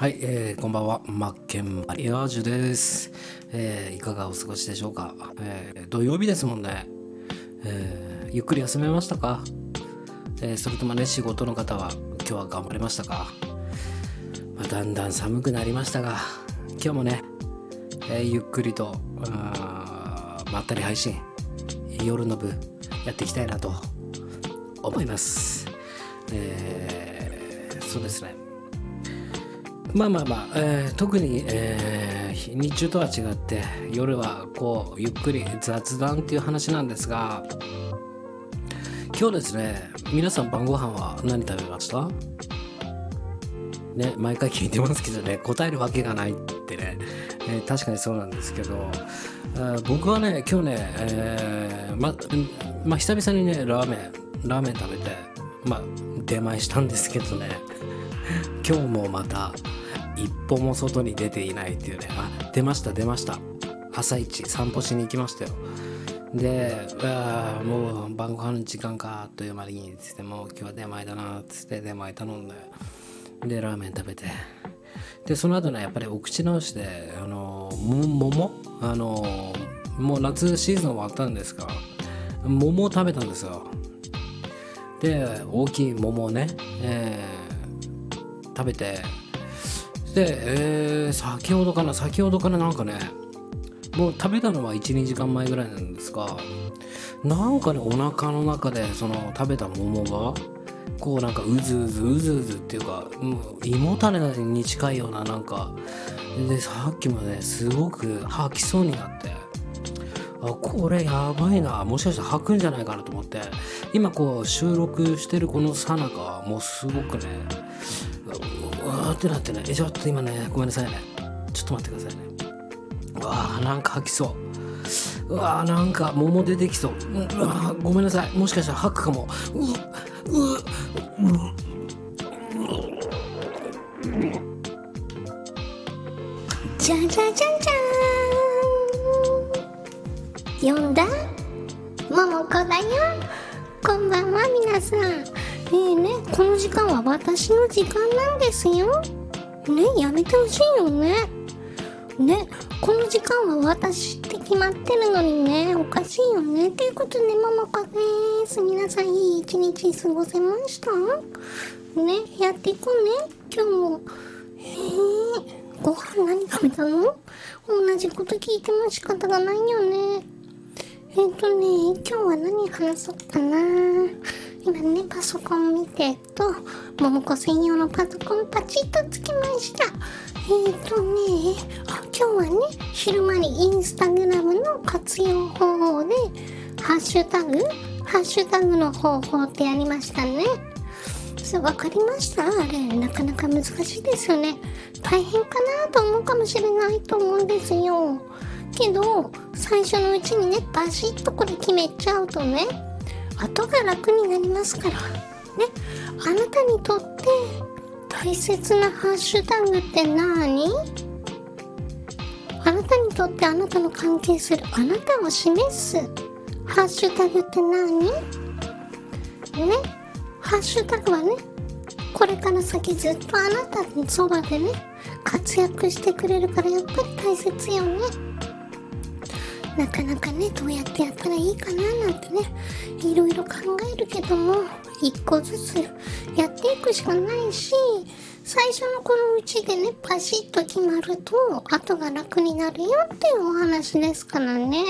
はい、こんばんは、マッケンマリアージュです。いかがお過ごしでしょうか。土曜日ですもんね。ゆっくり休めましたか。それともね、仕事の方は今日は頑張れましたか。だんだん寒くなりましたが、今日もね、ゆっくりとまったり配信、夜の部やっていきたいなと思います。そうですね。特に、日中とは違って夜はこうゆっくり雑談っていう話なんですが、今日ですね、皆さん晩ご飯は何食べましたね。毎回聞いてますけどね、答えるわけがないってね、確かにそうなんですけど、僕はね今日ね、久々にねラーメン食べて出前したんですけどね、今日もまた一歩も外に出ていないっていうね。出ました朝一散歩しに行きましたよ。で、もう晩ご飯の時間かという間につってもう今日は出前だなっつって出前頼んでラーメン食べて、でその後ねやっぱりお口直しで桃もう夏シーズン終わったんですが桃を食べたんですよ。で大きい桃をね、食べて、で、先ほどからなんかね、もう食べたのは 1,2 時間前ぐらいなんですが、なんかねお腹の中でその食べた桃がこうなんかうずうずっていうか、胃もたれに近いようななんかで、さっきもねすごく吐きそうになって、これやばいな、もしかしたら吐くんじゃないかなと思って、今こう収録してるこの最中もうすごくねうわーってなってね、ちょっと今ねごめんなさいね、ちょっと待ってくださいね。なんか吐きそう、なんか桃出てきそう、ごめんなさい、もしかしたら吐くかも。 じゃじゃじゃじゃーん、読んだ桃子だよ。こんばんは皆さん。この時間は私の時間なんですよ。やめてほしいよね。この時間は私って決まってるのにね、おかしいよね。ということで、桃子です。皆さんいい一日過ごせましたやっていこうね。今日も。ご飯何食べたの？同じこと聞いても仕方がないよね。今日は何話そうかな。今ね、パソコン見て桃子専用のパソコンパチッとつきました。今日はね、昼間にインスタグラムの活用方法で、ハッシュタグの方法ってやりましたね。それ分かりました？あれ、なかなか難しいですよね。大変かなと思うかもしれないと思うんですよ。けど、最初のうちにね、バシッとこれ決めちゃうとね、後が楽になりますから。あなたにとって大切なハッシュタグって何？あなたにとってあなたの関係するあなたを示すハッシュタグって何？ハッシュタグはね、これから先ずっとあなたのそばでね、活躍してくれるからやっぱり大切よね。なかなかね、どうやってやったらいいかななんてね、いろいろ考えるけども、一個ずつやっていくしかないし、最初のこのうちでね、パシッと決まると後が楽になるよっていうお話ですからね。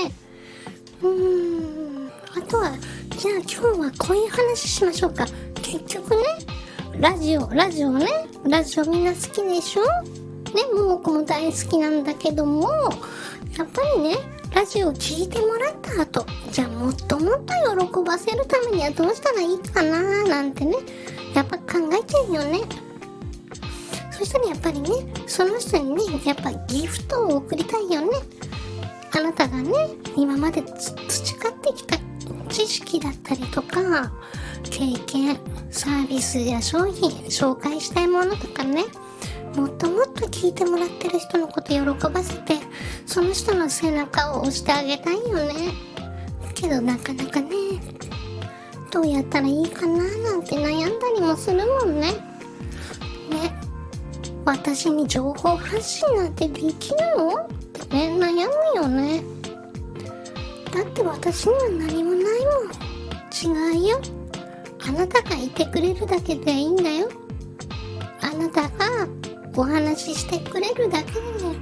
あとは、じゃあ今日はこういう話しましょうか。結局ね、ラジオみんな好きでしょ桃子も大好きなんだけども、やっぱりね、ラジオを聞いてもらった後、じゃあもっともっと喜ばせるためにはどうしたらいいかななんてね、やっぱ考えてるよね。そしたらやっぱりね、その人にね、やっぱギフトを送りたいよね。あなたがね、今まで培ってきた知識だったりとか、経験、サービスや商品、紹介したいものとかね、もっともっと聞いてもらってる人のこと喜ばせて、その人の背中を押してあげたいよね。けどなかなかね、どうやったらいいかななんて悩んだりもするもんね。 私に情報発信なんてできるのってね、悩むよね。だって私には何もないもん。違うよ。あなたがいてくれるだけでいいんだよ。あなたがお話ししてくれるだけで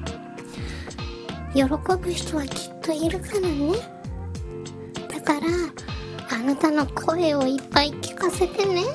喜ぶ人はきっといるからね。だからあなたの声をいっぱい聞かせてね。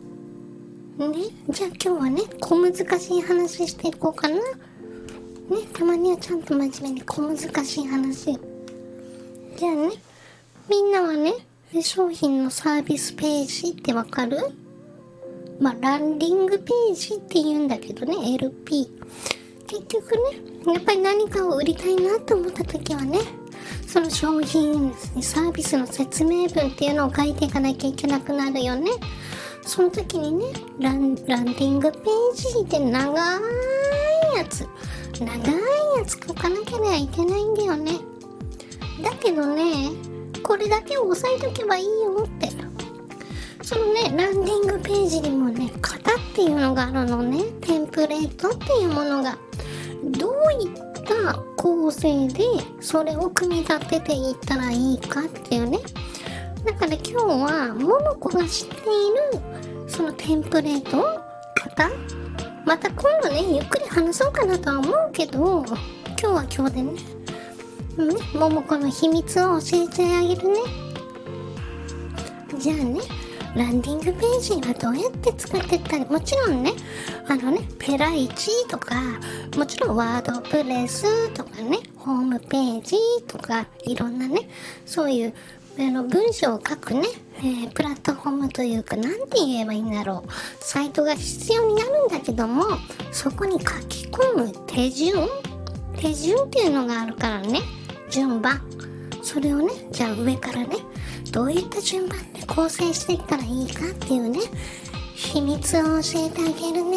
じゃあ今日はね、小難しい話していこうかな。たまにはちゃんと真面目に小難しい話。じゃあね、みんなはね、商品のサービスページってわかる？ランディングページって言うんだけどね、LP。結局ね、やっぱり何かを売りたいなと思った時はね、その商品、サービスの説明文っていうのを書いていかなきゃいけなくなるよね。その時にね、ランディングページって長いやつ書かなきゃいけないんだよね。だけどね、これだけを押さえとけばいいよって。そのね、ランディングページにもね、型っていうのがあるのね。テンプレートっていうものが。どういった構成でそれを組み立てていったらいいかっていうね。だから今日はももこが知っているそのテンプレート型、また今度ね、ゆっくり話そうかなとは思うけど、今日は今日でね、ももこの秘密を教えてあげるね。じゃあね、ランディングページはどうやって作っていったら、もちろんね、ペライチとか、もちろんワードプレスとかね、ホームページとか、いろんなね、そういう文章を書くね、プラットフォームというか、なんて言えばいいんだろう、サイトが必要になるんだけども、そこに書き込む手順っていうのがあるからね、順番。それをね、じゃあ上からね、どういった順番で構成していったらいいかっていうね、秘密を教えてあげるね。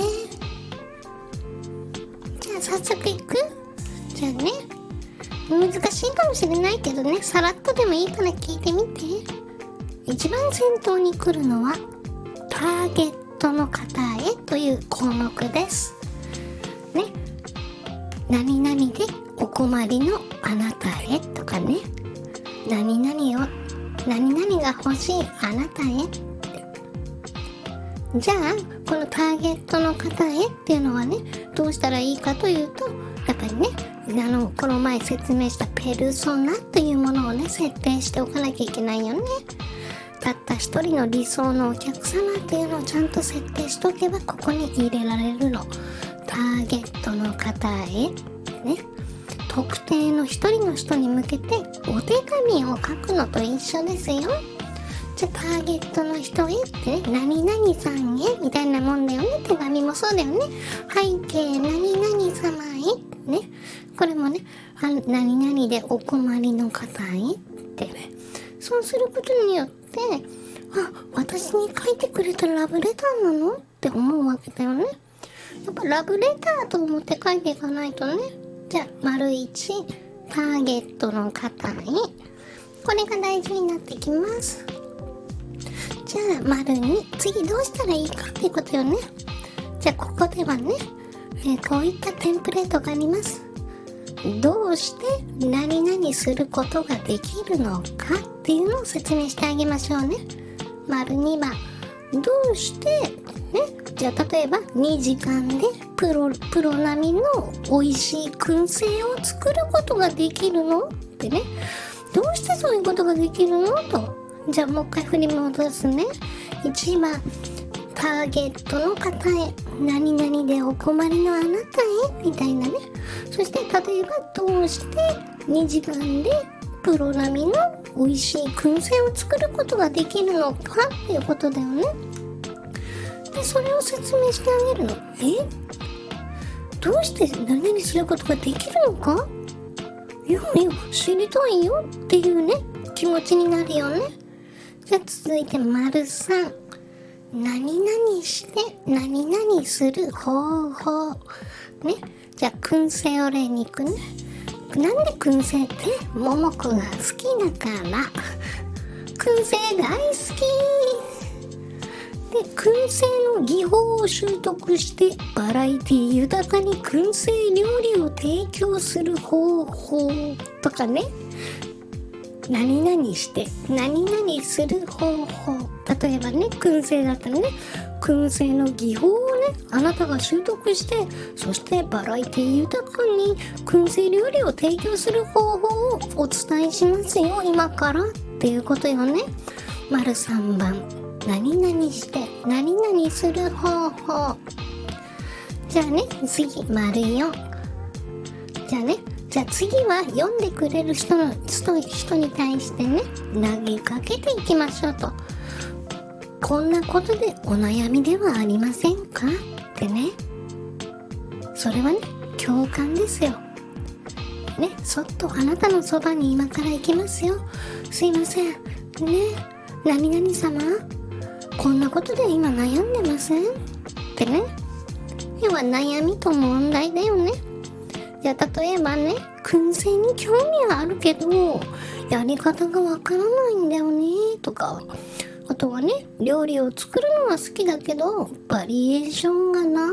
じゃあ早速いく？じゃあね、難しいかもしれないけどね、さらっとでもいいから聞いてみて。一番先頭に来るのはターゲットの方へという項目ですね。何々でお困りのあなたへとかね、何々が欲しいあなたへ。じゃあこのターゲットの方へっていうのはね、どうしたらいいかというと、やっぱりね、この前説明したペルソナというものをね、設定しておかなきゃいけないよね。たった一人の理想のお客様っていうのをちゃんと設定しておけば、ここに入れられるの。ターゲットの方へね、特定の一人の人に向けてお手紙を書くのと一緒ですよ。じゃあターゲットの人へってね、何々さんへみたいなもんだよね。手紙もそうだよね。背景何々様へね、これもね、何々でお困りの方へってね、そうすることによって、私に書いてくれたラブレターなのって思うわけだよね。やっぱラブレターと思って書いていかないとね。じゃあ丸1、ターゲットの方へ、これが大事になってきます。じゃあ丸2、次どうしたらいいかっていうことよね。じゃあここではね、こういったテンプレートがあります。どうして何々することができるのかっていうのを説明してあげましょうね。丸2番、どうしてね、じゃあ例えば2時間でプロ並みの美味しい燻製を作ることができるのってね、どうしてそういうことができるのと。じゃあもう一回振り戻すね。1番、ターゲットの方へ、何々でお困りのあなたへみたいなね。そして例えばどうして2時間でプロ並みの美味しい燻製を作ることができるのかっていうことだよね。でそれを説明してあげるの。どうして何々することができるのか、いや知りたいよっていうね、気持ちになるよね。じゃあ続いて丸3、何々して何々する方法ね。じゃあ燻製を例に行くね。なんで燻製って、ももこが好きだから。燻製大好き燻製の技法を習得してバラエティ豊かに燻製料理を提供する方法とかね、何々して何々する方法、例えばね燻製だったらね、燻製の技法をねあなたが習得して、そしてバラエティ豊かに燻製料理を提供する方法をお伝えしますよ今からっていうことよね。丸3番、何々して何々する方法。じゃあね次、丸4。じゃあ次は読んでくれる人に対してね投げかけていきましょうと。こんなことでお悩みではありませんかってね。それはね共感ですよね。そっとあなたのそばに今から行きますよ。すいませんね、何々様、こんなことで今悩んでませんってね。要は悩みと問題だよね。じゃあ例えばね、燻製に興味はあるけどやり方がわからないんだよねとか、あとはね料理を作るのは好きだけどバリエーションがない、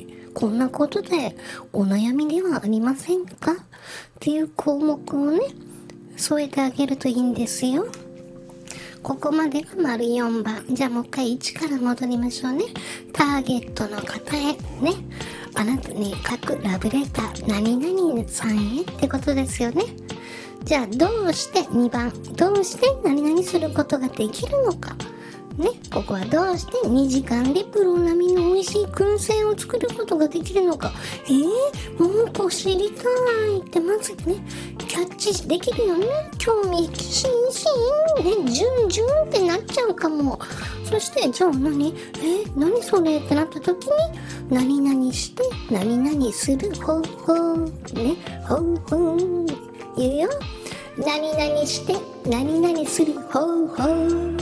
こんなことでお悩みではありませんかっていう項目をね添えてあげるといいんですよ。ここまでが丸4番。じゃあもう一回1から戻りましょうね。ターゲットの方へね、あなたに書くラブレター何々さんへってことですよね。じゃあどうして2番、どうして何々することができるのかね。ここはどうして2時間でプロ並みの美味しい燻製を作ることができるのか。もっと知りたいってまずねキャッチできるよね。興味津々ね、ジュンジュンってなっちゃうかも。そしてじゃあ何それってなった時に何々して何々する方法ね、方法言うよ。何々して何々する方法。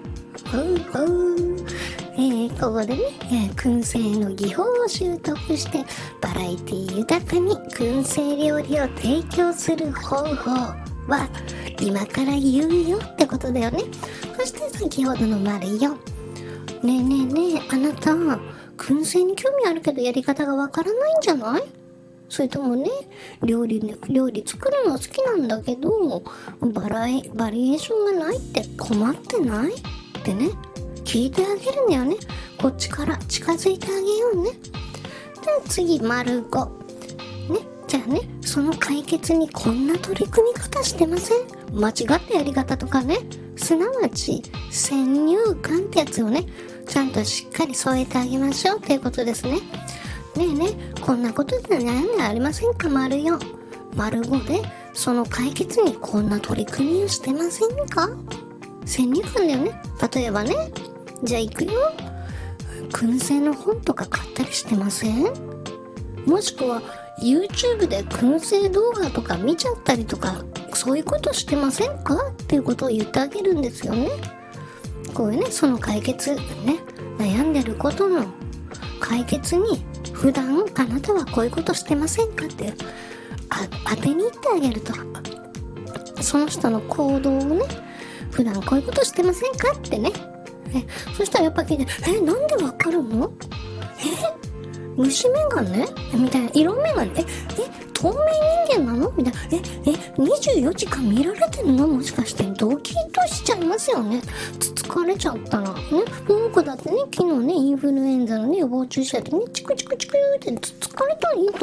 ここでね、燻製の技法を習得してバラエティ豊かに燻製料理を提供する方法は今から言うよってことだよね。そして先ほどの丸4、ねえあなた燻製に興味あるけどやり方がわからないんじゃない？それともね料理作るの好きなんだけどバリエーションがないって困ってない？ってね聞いてあげるんだよね。こっちから近づいてあげようね。で次丸5ね。じゃあねその解決にこんな取り組み方してません？間違ったやり方とかね、すなわち先入観ってやつをねちゃんとしっかり添えてあげましょうということですね。ねこんなことで悩んでありませんか？丸4。丸5でその解決にこんな取り組みをしてませんか？先入観だよね。例えばね、じゃあ行くよ。燻製の本とか買ったりしてません？もしくは YouTube で燻製動画とか見ちゃったりとか、そういうことしてませんかっていうことを言ってあげるんですよね。こういうねその解決ね、悩んでることの解決に普段あなたはこういうことしてませんかって当てに言ってあげると、その人の行動をね普段こういうことしてませんかってね。そしたらやっぱ聞いて、なんでわかるの？虫眼鏡みたいな、色眼鏡透明人間なのみたいな。24時間見られてるの？もしかしてドキッとしちゃいますよね。疲れちゃったらね。僕だってね昨日ねインフルエンザのね予防注射でねチクチクって疲れた、痛い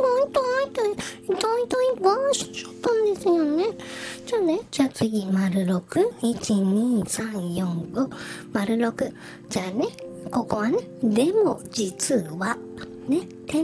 バーしちゃったんですよね。じゃあ次丸6、1、2、3、4、5丸6。じゃあねここはねでも実はね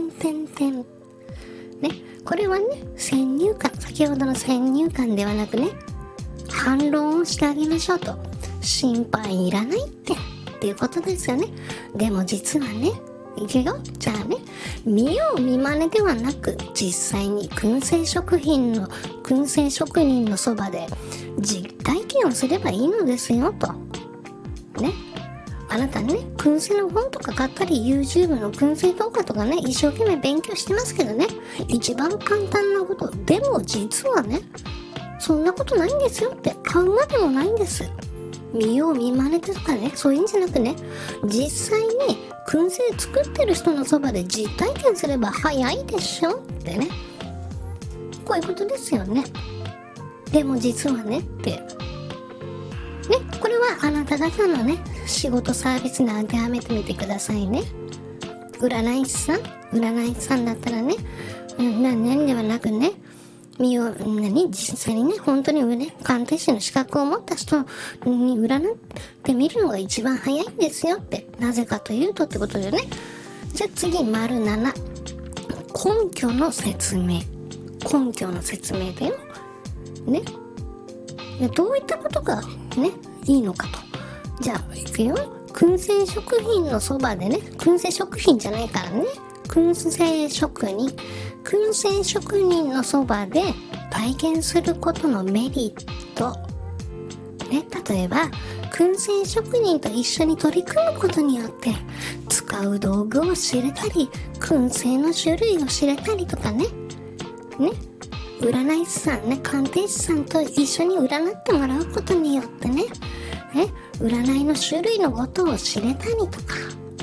ね、これはね先入観、先ほどの先入観ではなくね反論をしてあげましょうと。心配いらないっていうことですよね。でも実はね、いくよ。じゃあね、見よう見まねではなく実際に燻製職人のそばで実体験をすればいいのですよとね。あなたね燻製の本とか買ったり YouTube の燻製動画とかね一生懸命勉強してますけどね、一番簡単なことでも実はねそんなことないんですよって買うまでもないんです見よう見まねてとかね、そういうんじゃなくね、実際に燻製作ってる人のそばで実体験すれば早いでしょってね、こういうことですよね。でも実はねってね、これはあなた方のね仕事サービスに当てはめてみてくださいね。占い師さんだったらね、何ではなくね、実際にね、本当にね、鑑定士の資格を持った人に占ってみるのが一番早いんですよって。なぜかというとってことでね。じゃあ次、丸7。根拠の説明だよ。ね。どういったことがね、いいのかと。じゃあ、いくよ。燻製食品のそばでね、燻製食品じゃないからね。燻製職人のそばで体験することのメリット。ね、例えば、燻製職人と一緒に取り組むことによって、使う道具を知れたり、燻製の種類を知れたりとかね。占い師さんね、鑑定士さんと一緒に占ってもらうことによってね、占いの種類のことを知れたりとか、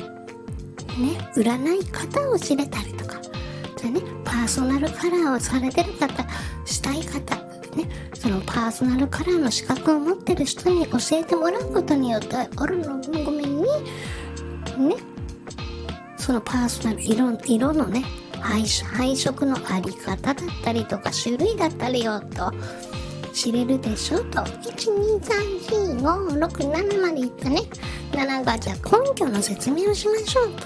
占い方を知れたりとか、じゃあね、パーソナルカラーをされてる方、したい方、ね、そのパーソナルカラーの資格を持ってる人に教えてもらうことによって、ごめんね、そのパーソナル色のね、配色のあり方だったりとか、種類だったりをと知れるでしょと。1,2,3,4,5,6,7までいったね。7がじゃあ根拠の説明をしましょうと。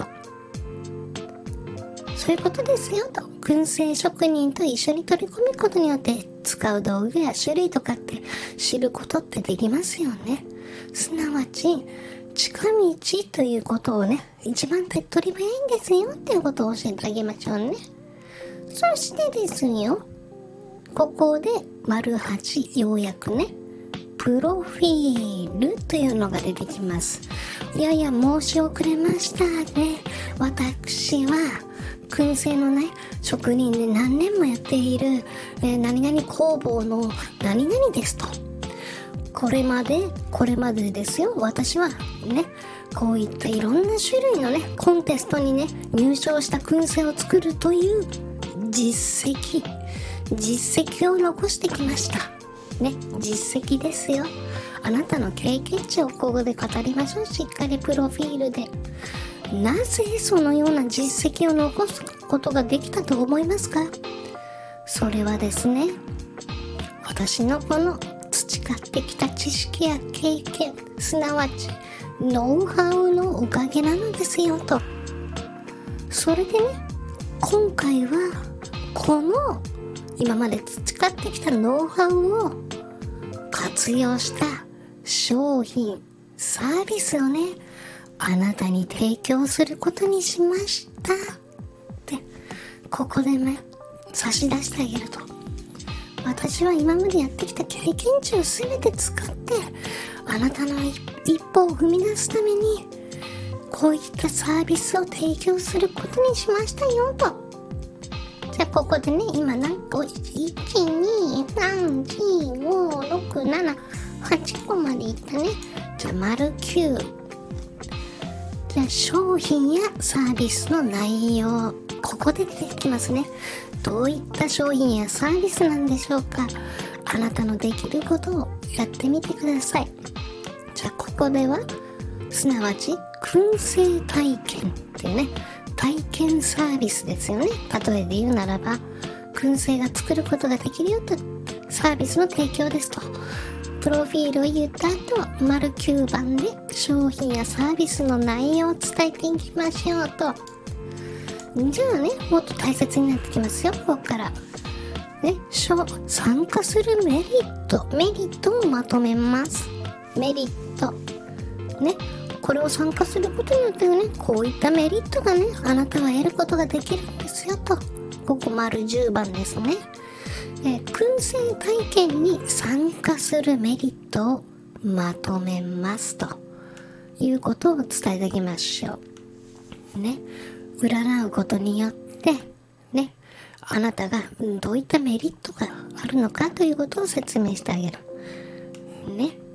そういうことですよと。燻製職人と一緒に取り込むことによって使う道具や種類とかって知ることってできますよね。すなわち近道ということをね、一番手っ取り早いんですよっていうことを教えてあげましょうね。そしてですよ、ここで丸8、ようやくね、プロフィールというのが出てきます。いやいや申し遅れましたね。私は燻製のね、職人で何年もやっている、何々工房の何々ですと。これまでですよ。私はね、こういったいろんな種類のね、コンテストにね、入賞した燻製を作るという実績を残してきました。ね、実績ですよ。あなたの経験値をここで語りましょう。しっかりプロフィールで。なぜそのような実績を残すことができたと思いますか？それはですね、私のこの培ってきた知識や経験、すなわちノウハウのおかげなのですよと。それでね、今回はこの今まで培ってきたノウハウを活用した商品、サービスをね、あなたに提供することにしましたってここでね、差し出してあげると。私は今までやってきた経験値を全て使ってあなたの一歩を踏み出すためにこういったサービスを提供することにしましたよと。じゃあここでね、今何個 1,2,3,4,5,6,7,8 個までいったね。じゃあ丸9。じゃあ商品やサービスの内容、ここで出てきますね。どういった商品やサービスなんでしょうか。あなたのできることをやってみてください。じゃあここではすなわち燻製体験っていうね、体験サービスですよね。例えで言うならば、燻製が作ることができるよとサービスの提供ですと。プロフィールを言った後、丸9番で商品やサービスの内容を伝えていきましょうと。じゃあね、もっと大切になってきますよ、ここから。ね、参加するメリットをまとめます。メリット。ね、これを参加することによってね、こういったメリットがね、あなたは得ることができるんですよと。ここ丸10番ですね。燻製体験に参加するメリットをまとめますということを伝えておきましょう。ね。占うことによってね、あなたがどういったメリットがあるのかということを説明してあげるね。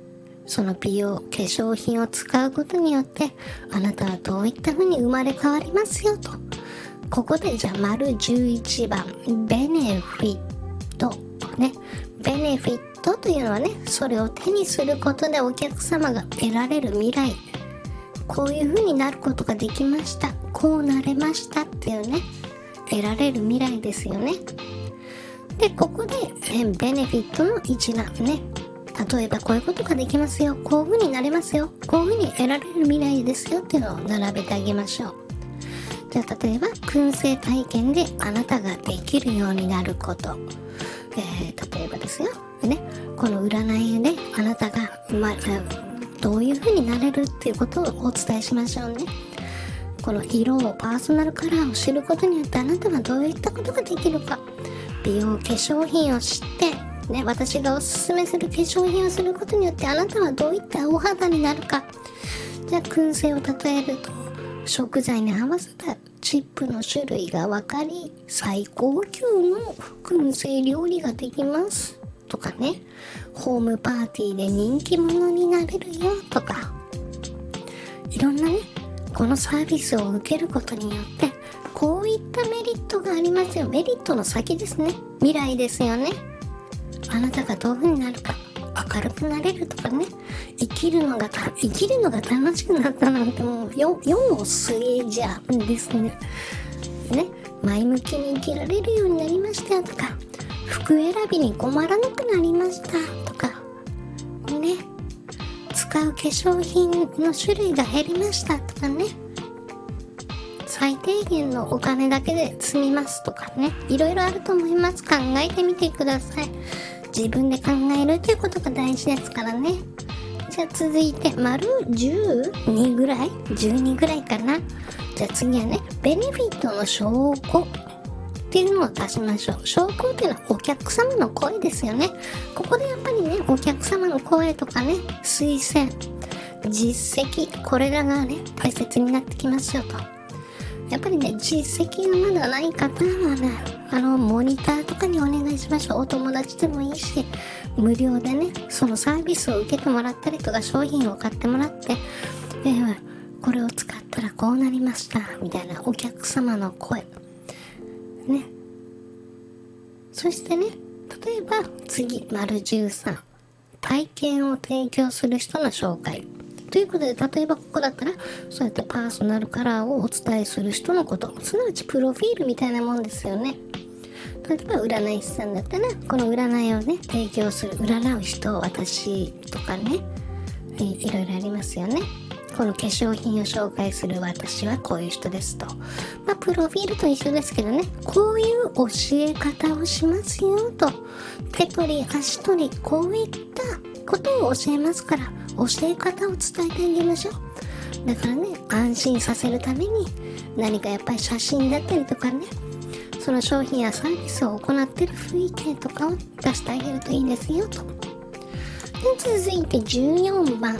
その美容化粧品を使うことによってあなたはどういった風に生まれ変わりますよと。ここでじゃあ丸11番ベネフィットね。ベネフィットというのはね、それを手にすることでお客様が得られる未来、こういう風になることができました、こうなれましたっていうね、得られる未来ですよね。でここでベネフィットの一覧ね、例えばこういうことができますよ、こういう風になれますよ、こういう風に得られる未来ですよっていうのを並べてあげましょう。じゃあ例えば燻製体験であなたができるようになること、例えばですよ、ね、この占いであなたがどういう風になれるっていうことをお伝えしましょうね。この色をパーソナルカラーを知ることによってあなたはどういったことができるか、美容化粧品を知ってね、私がおすすめする化粧品をすることによってあなたはどういったお肌になるか。じゃあ燻製を例えると、食材に合わせたチップの種類が分かり最高級の燻製料理ができますとかね、ホームパーティーで人気者になれるよとか、いろんなね、このサービスを受けることによってこういったメリットがありますよ。メリットの先ですね、未来ですよね。あなたがどういう風になるか、明るくなれるとかね、生きるのが楽しくなったなんてもう世も末じゃんですね。前向きに生きられるようになりましたとか、服選びに困らなくなりましたとかね、使う化粧品の種類が減りましたとかね、最低限のお金だけで済みますとかね、いろいろあると思います。考えてみてください。自分で考えるということが大事ですからね。じゃあ続いて丸12ぐらい12ぐらいかな。じゃあ次はね、ベネフィットの証拠っていうのを出しましょう。証拠っていうのはお客様の声ですよね。ここでやっぱりね、お客様の声とかね、推薦、実績、これらがね大切になってきますよと。やっぱりね、実績がまだない方はね、モニターとかにお願いしましょう。お友達でもいいし、無料でね、そのサービスを受けてもらったりとか、商品を買ってもらって、これを使ったらこうなりましたみたいなお客様の声ね。そしてね、例えば次丸13、体験を提供する人の紹介ということで、例えばここだったらそうやってパーソナルカラーをお伝えする人のこと、すなわちプロフィールみたいなもんですよね。例えば占い師さんだったら、この占いをね提供する占う人、私とかね、いろいろありますよね。この化粧品を紹介する私はこういう人ですと、プロフィールと一緒ですけどね、こういう教え方をしますよと、手取り足取りこういったことを教えますから、教え方を伝えてあげましょう。だからね、安心させるために何かやっぱり写真だったりとかね、その商品やサービスを行っている雰囲気とかを出してあげるといいですよと。で続いて14番ね、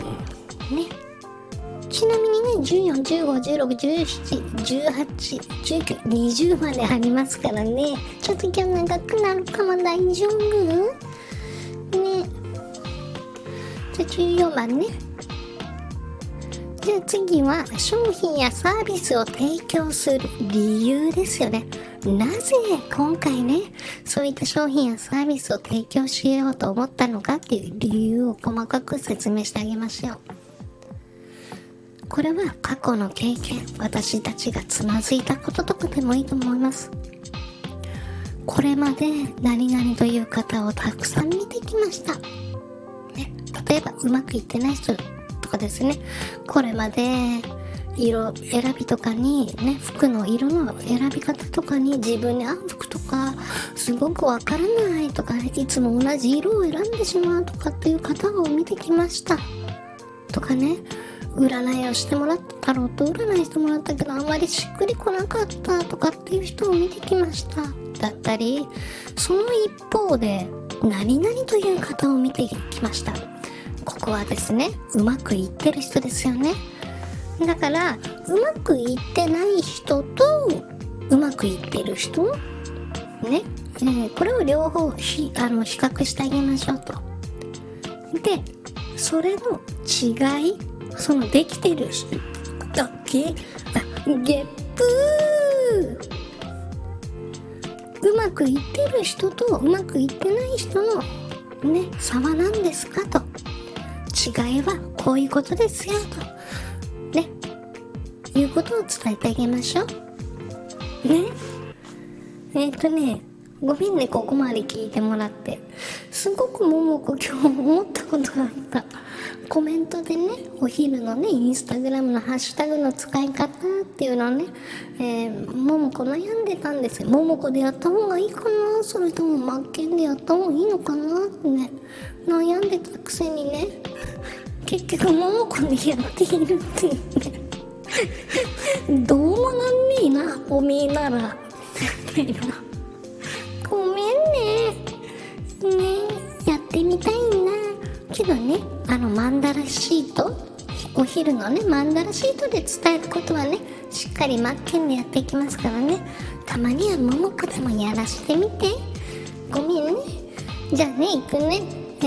ちなみにね、14、15、16、17、18、19、20までありますからね、ちょっと今日長くなるかも。大丈夫ね。じゃあ14番ね。じゃあ次は商品やサービスを提供する理由ですよね。なぜ今回ね、そういった商品やサービスを提供しようと思ったのかっていう理由を細かく説明してあげましょう。これは過去の経験、私たちがつまずいたこととかでもいいと思います。これまで何々という方をたくさん見てきました、ね、例えばうまくいってない人とかですね、これまで色選びとかにね、服の色の選び方とかに自分に合う服とかすごくわからないとか、ね、いつも同じ色を選んでしまうとかっていう方を見てきましたとかね、占いをしてもらったタロット占いしてもらったけどあんまりしっくりこなかったとかっていう人を見てきましただったり、その一方で何々という方を見てきました。ここはですね、うまくいってる人ですよね。だからうまくいってない人とうまくいってる人ね、これを両方比較してあげましょうと。でそれの違い、そのできてるだけ、ゲップうまくいってる人とうまくいってない人のね差は何ですかと、違いはこういうことですよとね、いうことを伝えてあげましょうね。ごめんね、ここまで聞いてもらって。すごくももこ今日思ったことがあった。コメントでね、お昼のね、インスタグラムのハッシュタグの使い方っていうのをね、ももこ悩んでたんですよ。ももこでやった方がいいかな、それともマッケンでやった方がいいのかなってね、悩んでたくせにね、結局ももこでやっているっていうね。どうもなんねえな、おめえなら。みたいな。ごめんね。やってみたいな。けどね、マンダラシート、お昼のね、マンダラシートで伝えることはね、しっかりマッケンでやっていきますからね。たまにはももこでもやらしてみて。ごめんね。じゃあね、行くね。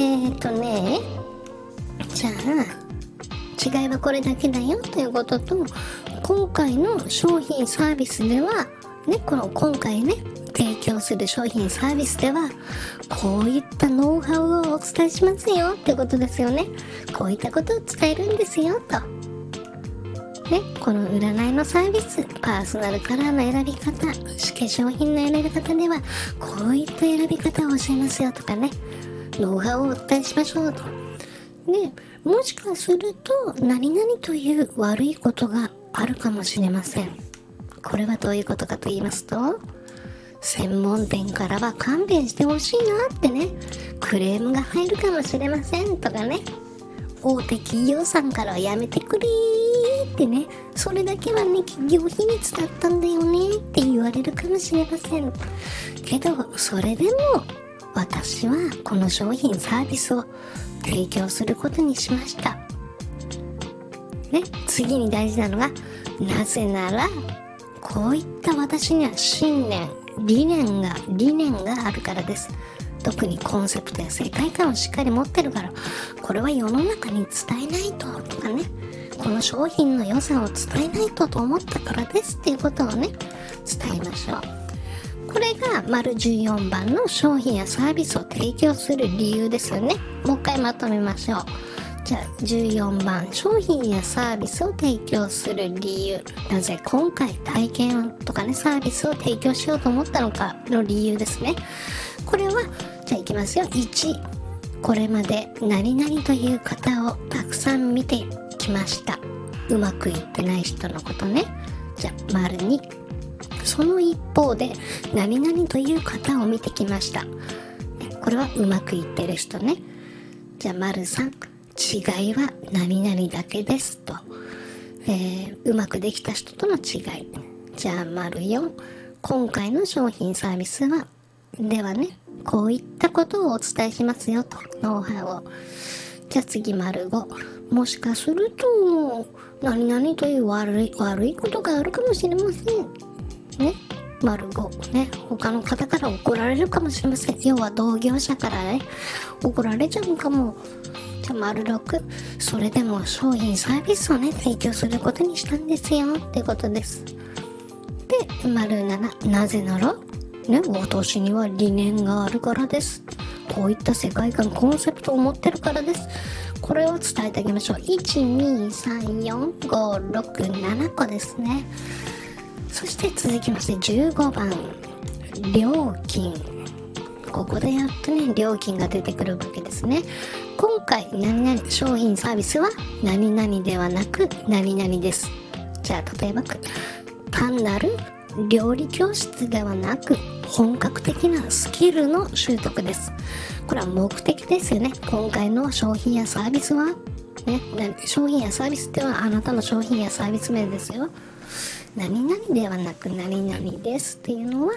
じゃあ、違いはこれだけだよということと、今回の商品サービスでは、ね、今回ね、提供する商品サービスではこういったノウハウをお伝えしますよってことですよね。こういったことを伝えるんですよとね、この占いのサービス、パーソナルカラーの選び方、化粧品の選び方ではこういった選び方を教えますよとかね、ノウハウをお伝えしましょうと。で、もしかすると何々という悪いことがあるかもしれません。これはどういうことかと言いますと、専門店からは勘弁してほしいなってね、クレームが入るかもしれませんとかね、大手企業さんからはやめてくれーってね、それだけはね企業秘密だったんだよねって言われるかもしれませんけど、それでも私はこの商品サービスを提供することにしましたね。次に大事なのが、なぜならこういった私には信念、理念があるからです。特にコンセプトや世界観をしっかり持ってるから、これは世の中に伝えないととかね、この商品の良さを伝えないとと思ったからですっていうことをね、伝えましょう。これが丸14番の商品やサービスを提供する理由ですよね。もう一回まとめましょう。じゃあ14番、商品やサービスを提供する理由、なぜ今回体験とかねサービスを提供しようと思ったのかの理由ですね。これはじゃあいきますよ。1、これまで何々という方をたくさん見てきました。うまくいってない人のことね。じゃあ丸2、その一方で何々という方を見てきました。これはうまくいってる人ね。じゃあ丸3、違いは何々だけですと、うまくできた人との違い。じゃあ丸4、今回の商品サービスはではね、こういったことをお伝えしますよと、ノウハウを。じゃあ次丸5、もしかすると何々という悪いことがあるかもしれませんね。丸5ね、他の方から怒られるかもしれません。要は同業者からね怒られちゃうかも。じゃあ丸6、それでも商品サービスをね提供することにしたんですよってことです。で丸7、なぜならね、私には理念があるからです。こういった世界観、コンセプトを持ってるからです。これを伝えてあげましょう。1、2、3、4、5、6、7個ですね。そして続きまして15番、料金。ここでやっとね料金が出てくるわけですね。今回何々商品サービスは何々ではなく何々です。じゃあ例えば単なる料理教室ではなく本格的なスキルの習得です。これは目的ですよね。今回の商品やサービスはね、商品やサービスってはあなたの商品やサービス名ですよ。何々ではなく何々ですっていうのは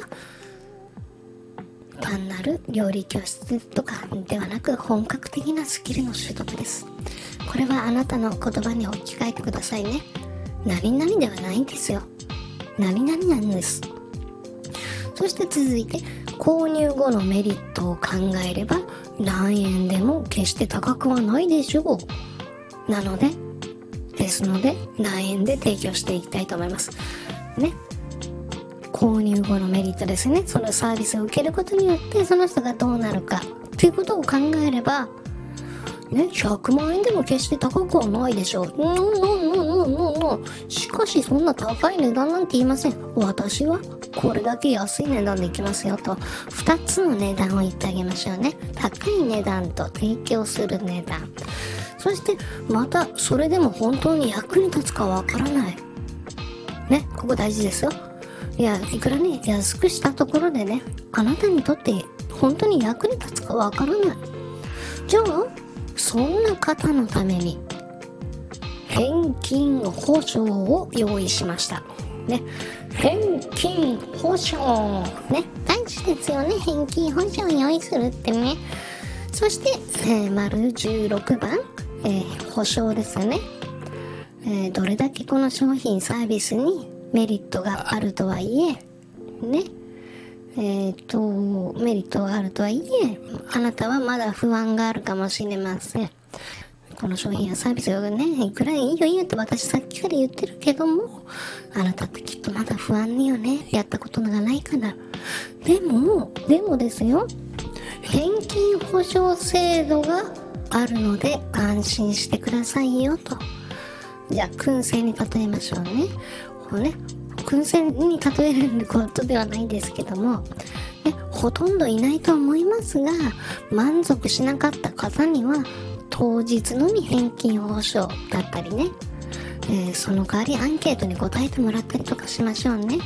単なる料理教室とかではなく本格的なスキルの習得です。これはあなたの言葉に置き換えてくださいね。何々ではないんですよ。何々なんです。そして続いて購入後のメリットを考えれば何円でも決して高くはないでしょう。ですので何円で提供していきたいと思いますね。購入後のメリットですね。そのサービスを受けることによってその人がどうなるかということを考えればね、100万円でも決して高くはないでしょう。しかしそんな高い値段なんて言いません。私はこれだけ安い値段でいきますよと、2つの値段を言ってあげましょうね。高い値段と提供する値段。そしてまたそれでも本当に役に立つかわからないね、ここ大事ですよ。いくらね安くしたところでね、あなたにとって本当に役に立つかわからない。じゃあそんな方のために返金保証を用意しましたね。返金保証ね、大事ですよね。返金保証を用意するってね。そして、丸16番、保証ですよね。どれだけこの商品サービスにメリットがあるとはいえね、メリットがあるとはいえ、あなたはまだ不安があるかもしれません。この商品やサービスをね、いくらいいよって私さっきから言ってるけども、あなたってきっとまだ不安よね。やったことがないから。でもですよ、返金保証制度があるので安心してくださいよと。じゃあ燻製に例えましょうね。燻製に例えることではないですけども、ほとんどいないと思いますが、満足しなかった方には当日のみ返金保証だったりね、その代わりアンケートに答えてもらったりとかしましょうね。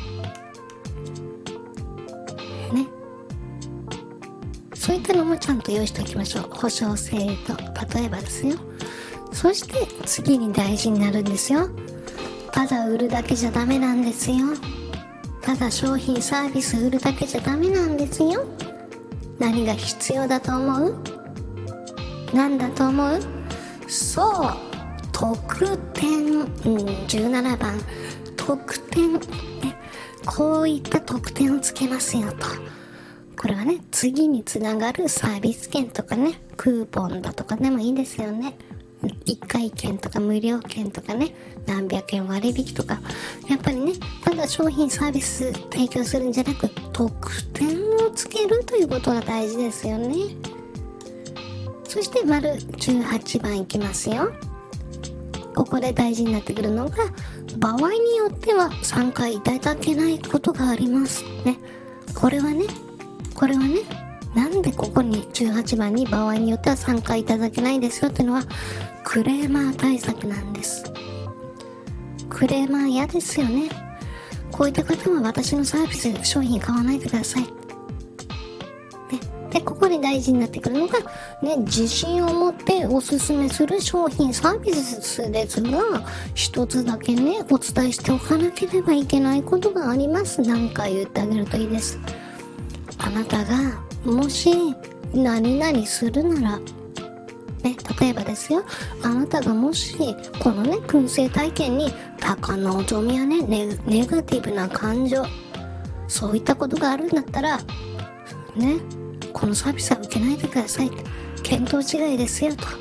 そういったのもちゃんと用意しておきましょう。保証制度、例えばですよ。そして次に大事になるんですよ。ただ売るだけじゃダメなんですよ。ただ商品サービス売るだけじゃダメなんですよ。何が必要だと思う？何だと思う？そう、特典、17番特典、ね、こういった特典をつけますよと。これはね、次につながるサービス券とかね、クーポンだとかでもいいですよね。1回券とか無料券とかね、何百円割引とか、やっぱりね、ただ商品サービス提供するんじゃなく、特典をつけるということが大事ですよね。そして丸18番いきますよ。ここで大事になってくるのが、場合によっては参加いただけないことがありますね。これはね、なんでここに18番に場合によっては参加いただけないですよっていうのはクレーマー対策なんです。クレーマー嫌ですよね。こういった方は私のサービス商品買わないでください、ね、でここで大事になってくるのが、ね、自信を持っておすすめする商品サービスですが、一つだけねお伝えしておかなければいけないことがあります。何回言ってあげるといいです。あなたがもし何々するなら、ね、例えばですよ、あなたがもしこのね燻製体験に高望みやね、ネガティブな感情、そういったことがあるんだったらね、このサービスは受けないでください。見当違いですよと。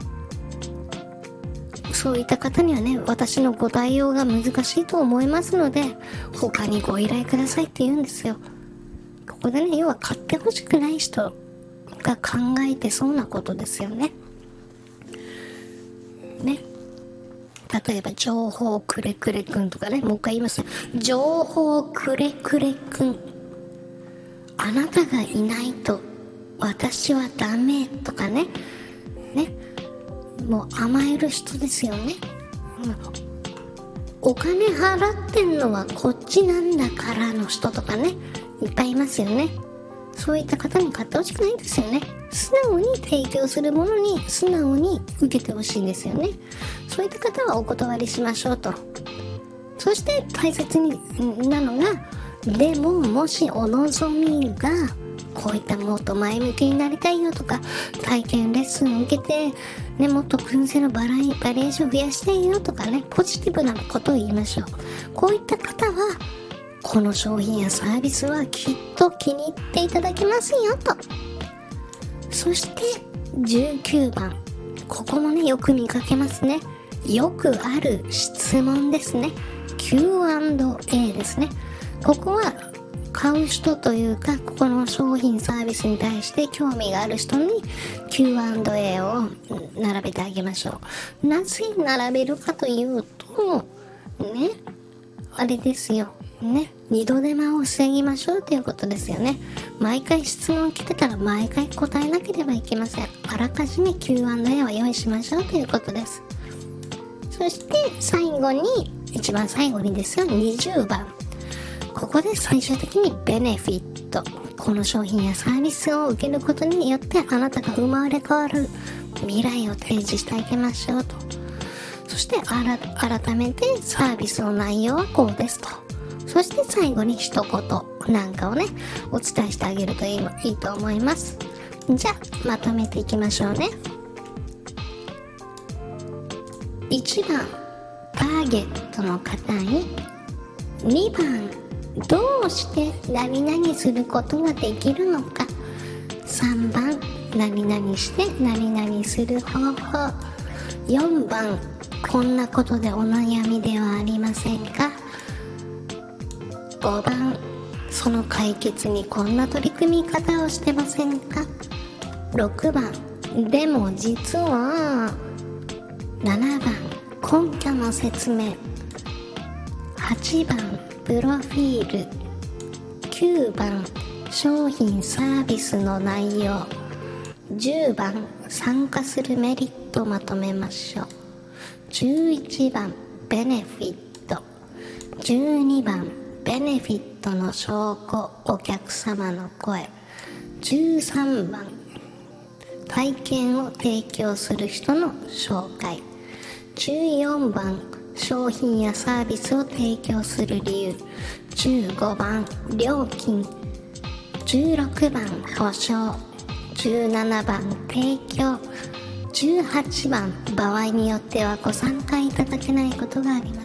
そういった方にはね、私のご対応が難しいと思いますので、他にご依頼くださいって言うんですよ。ここでね、要は買ってほしくない人が考えてそうなことですよね。ね。例えば、情報くれくれくんとかね、もう一回言います。情報くれくれくん。あなたがいないと私はダメとかね。ね。もう甘える人ですよね。お金払ってんのはこっちなんだからの人とかね。いっぱいいますよね。そういった方に買ってほしくないんですよね。素直に提供するものに素直に受けてほしいんですよね。そういった方はお断りしましょうと。そして大切になのが、でももしお望みがこういったもっと前向きになりたいよとか、体験レッスンを受けて、ね、もっと燻製のバリエーション増やしたいよとかね、ポジティブなことを言いましょう。こういった方はこの商品やサービスはきっと気に入っていただけますよと。 そして19番、ここもねよく見かけますね。よくある質問ですね。 Q&A ですね。ここは買う人というか、ここの商品サービスに対して興味がある人に Q&A を並べてあげましょう。なぜ並べるかというとね、あれですよね、二度手間を防ぎましょうということですよね。毎回質問来てたら毎回答えなければいけません。あらかじめ Q&A を用意しましょうということです。そして最後に、一番最後にですよ、20番、ここで最終的にベネフィット、この商品やサービスを受けることによってあなたが生まれ変わる未来を提示してあげましょうと。そして改めてサービスの内容はこうですと。そして最後に一言なんかをねお伝えしてあげるといいと思います。じゃあまとめていきましょうね。1番、ターゲットの方に。2番、どうして何々することができるのか。3番、何々して何々する方法。4番、こんなことでお悩みではありませんか。5番、その解決にこんな取り組み方をしてませんか。6番、でも実は。7番、根拠の説明。8番、プロフィール。9番、商品サービスの内容。10番、参加するメリットをまとめましょう。11番、ベネフィット。12番、ベネフィットの証拠、お客様の声。13番、体験を提供する人の紹介。14番、商品やサービスを提供する理由。15番、料金。16番、保証。17番、提供。18番、場合によってはご参加いただけないことがあります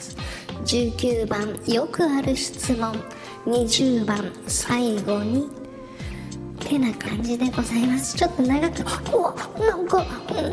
。19番、よくある質問。20番、最後に。てな感じでございます。ちょっと長く、なんか、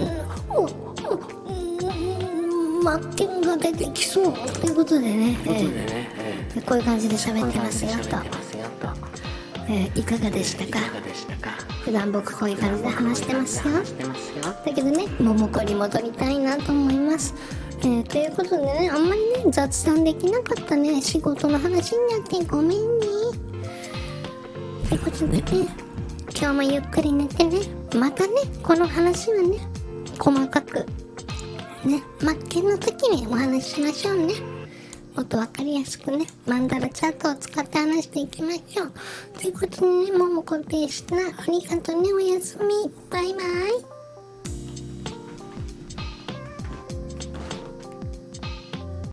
マッケンが出てきそうということでね、こういう感じで喋ってますよと。いかがでしたか。普段僕こういう感じで話してますよ。だけどね、ももこに戻りたいなと思います。ということでね、あんまりね雑談できなかったね。仕事の話になってごめんね。ということでね、今日もゆっくり寝てね。またね、この話はね細かくね、マッケンの時にお話ししましょうね。もっとわかりやすくね、マンダラチャートを使って話していきましょう。ということでね、ももこでした。ありがとうね、おやすみ。バイバイ。